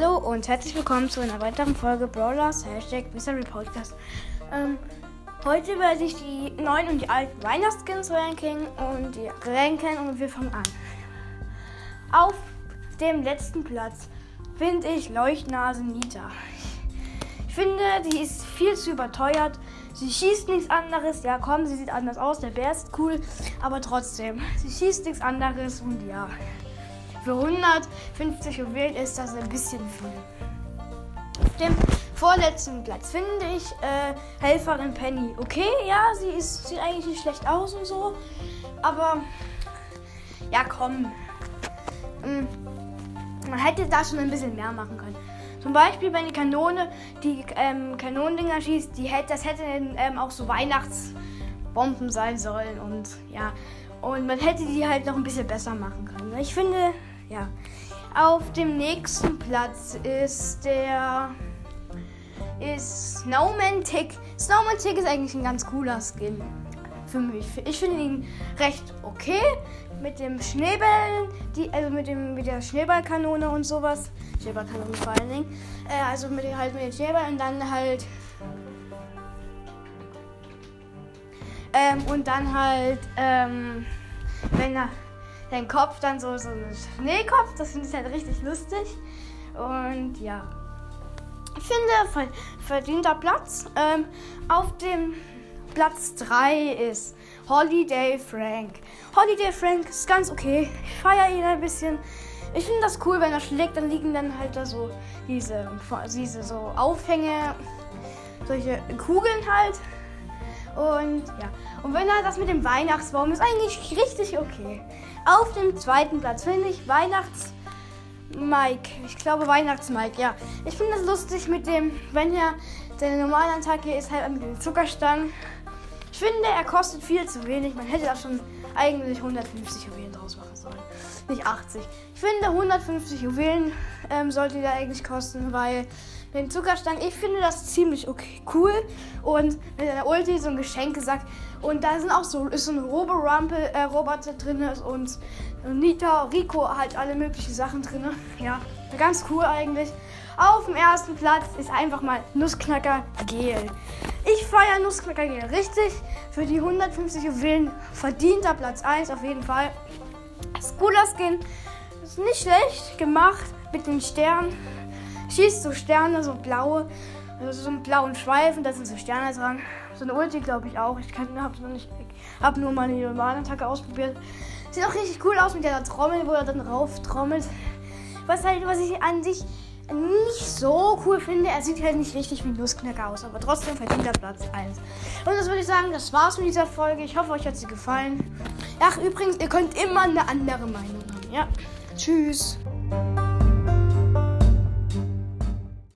Hallo und herzlich willkommen zu einer weiteren Folge Brawlers #MysteryPodcast. Heute werde ich die neuen und die alten Weihnachtsskins ranken und wir fangen an. Auf dem letzten Platz finde ich Leuchtnase Nita. Ich finde, die ist viel zu überteuert. Sie schießt nichts anderes. Ja komm, sie sieht anders aus. Der Bär ist cool, aber trotzdem. Sie schießt nichts anderes und ja. Für 150 Juwelen ist das ein bisschen viel. Auf dem vorletzten Platz finde ich Helferin Penny. Okay, ja, sieht eigentlich nicht schlecht aus und so. Aber, ja komm. Man hätte da schon ein bisschen mehr machen können. Zum Beispiel, wenn die Kanone die Kanonendinger schießt, das hätte auch so Weihnachtsbomben sein sollen. Und ja, und man hätte die halt noch ein bisschen besser machen können. Ich finde, ja. Auf dem nächsten Platz ist Snowman Tick. Snowman Tick ist eigentlich ein ganz cooler Skin für mich. Ich finde ihn recht okay. Mit dem Schneebällen, mit der Schneeballkanone und sowas. Schneeballkanone vor allen Dingen. Also mit den Schneeballen und dann halt wenn er den Kopf dann so ein Schneekopf, das finde ich halt richtig lustig. Und ja, ich finde, verdienter Platz. Auf dem Platz 3 ist Holiday Frank. Holiday Frank ist ganz okay. Ich feiere ihn ein bisschen. Ich finde das cool, wenn er schlägt, dann liegen dann halt da so diese so Aufhänge, solche Kugeln halt. Und ja, und wenn er das mit dem Weihnachtsbaum ist eigentlich richtig okay. Auf dem zweiten Platz finde ich Weihnachts-Mike. Ich glaube Weihnachts-Mike, ja. Ich finde das lustig mit dem, wenn er seine normale Attacke ist halt mit den Zuckerstangen. Ich finde, er kostet viel zu wenig. Man hätte da schon eigentlich 150 Juwelen draus machen sollen. Nicht 80. Ich finde, 150 Juwelen sollte der eigentlich kosten, weil den Zuckerstangen, ich finde das ziemlich okay, cool. Und mit einer Ulti so ein Geschenk gesagt. Und da sind auch ist so ein Roboter drin und Nita, Rico, halt alle möglichen Sachen drin. Ja, ganz cool eigentlich. Auf dem ersten Platz ist einfach mal Nussknacker Gel. Ich feiere Nussknacker Gel richtig. Für die 150 Juwelen verdienter Platz 1 auf jeden Fall. Das cooler Skin. Ist nicht schlecht gemacht mit den Sternen. Schießt so Sterne, so blaue, also so einen blauen Schweifen, da sind so Sterne dran. So eine Ulti glaube ich auch. Ich habe nur mal eine normale Attacke ausprobiert. Sieht auch richtig cool aus mit der Trommel, wo er dann rauf trommelt. Was ich an sich nicht so cool finde, er sieht halt nicht richtig wie ein Nussknacker aus, aber trotzdem verdient er Platz 1. Und das würde ich sagen, das war's mit dieser Folge. Ich hoffe, euch hat sie gefallen. Ach, übrigens, ihr könnt immer eine andere Meinung haben. Ja, tschüss.